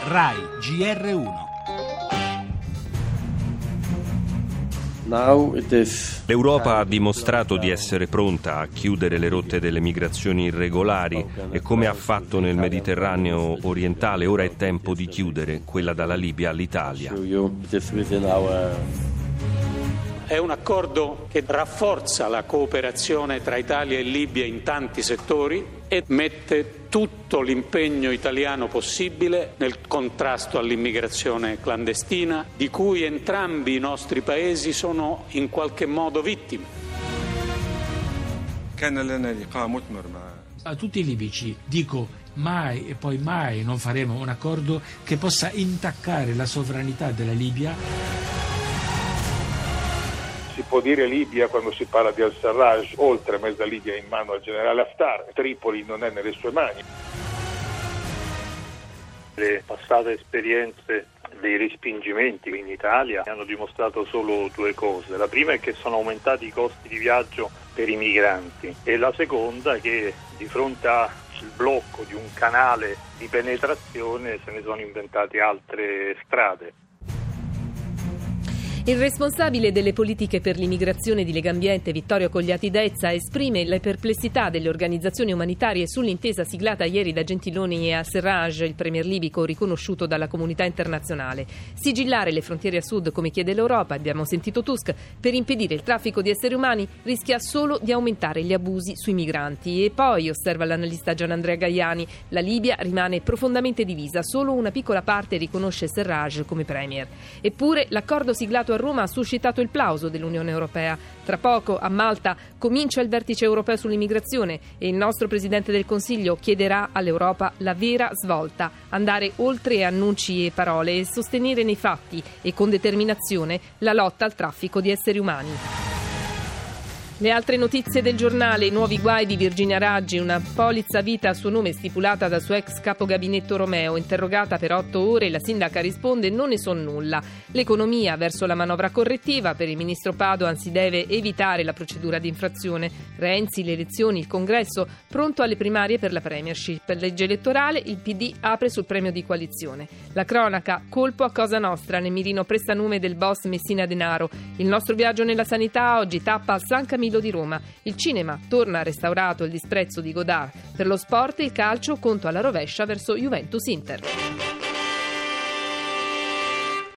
Rai GR1. L'Europa ha dimostrato di essere pronta a chiudere le rotte delle migrazioni irregolari e, come ha fatto nel Mediterraneo orientale, ora è tempo di chiudere quella dalla Libia all'Italia. È un accordo che rafforza la cooperazione tra Italia e Libia in tanti settori e mette tutto l'impegno italiano possibile nel contrasto all'immigrazione clandestina, di cui entrambi i nostri paesi sono in qualche modo vittime. A tutti i libici dico mai e poi mai non faremo un accordo che possa intaccare la sovranità della Libia. Si può dire Libia quando si parla di al-Sarraj, oltre mezza Libia è in mano al generale Haftar, Tripoli non è nelle sue mani. Le passate esperienze dei respingimenti in Italia hanno dimostrato solo due cose. La prima è che sono aumentati i costi di viaggio per i migranti e la seconda è che di fronte al blocco di un canale di penetrazione se ne sono inventate altre strade. Il responsabile delle politiche per l'immigrazione di Legambiente, Vittorio Cogliati Dezza, esprime le perplessità delle organizzazioni umanitarie sull'intesa siglata ieri da Gentiloni e al-Sarraj, il premier libico riconosciuto dalla comunità internazionale. Sigillare le frontiere a sud, come chiede l'Europa, abbiamo sentito Tusk, per impedire il traffico di esseri umani rischia solo di aumentare gli abusi sui migranti. E poi, osserva l'analista Gianandrea Gaiani, la Libia rimane profondamente divisa, solo una piccola parte riconosce Sarraj come premier. Eppure l'accordo siglato a Roma ha suscitato il plauso dell'Unione Europea. Tra poco a Malta comincia il vertice europeo sull'immigrazione e il nostro Presidente del Consiglio chiederà all'Europa la vera svolta, andare oltre annunci e parole e sostenere nei fatti e con determinazione la lotta al traffico di esseri umani. Le altre notizie del giornale: i nuovi guai di Virginia Raggi, una polizza vita a suo nome stipulata dal suo ex capo gabinetto Romeo. Interrogata per 8 ore, la sindaca risponde: non ne so nulla. L'economia verso la manovra correttiva, per il ministro Padoan si deve evitare la procedura di infrazione. Renzi, le elezioni, il congresso, pronto alle primarie per la premiership. Per legge elettorale il PD apre sul premio di coalizione. La cronaca: colpo a Cosa Nostra, nel mirino prestanume del boss Messina Denaro. Il nostro viaggio nella sanità oggi, tappa al San Camillo di Roma. Il cinema: torna restaurato Il disprezzo di Godard. Per lo sport, il calcio, conto alla rovescia verso Juventus Inter.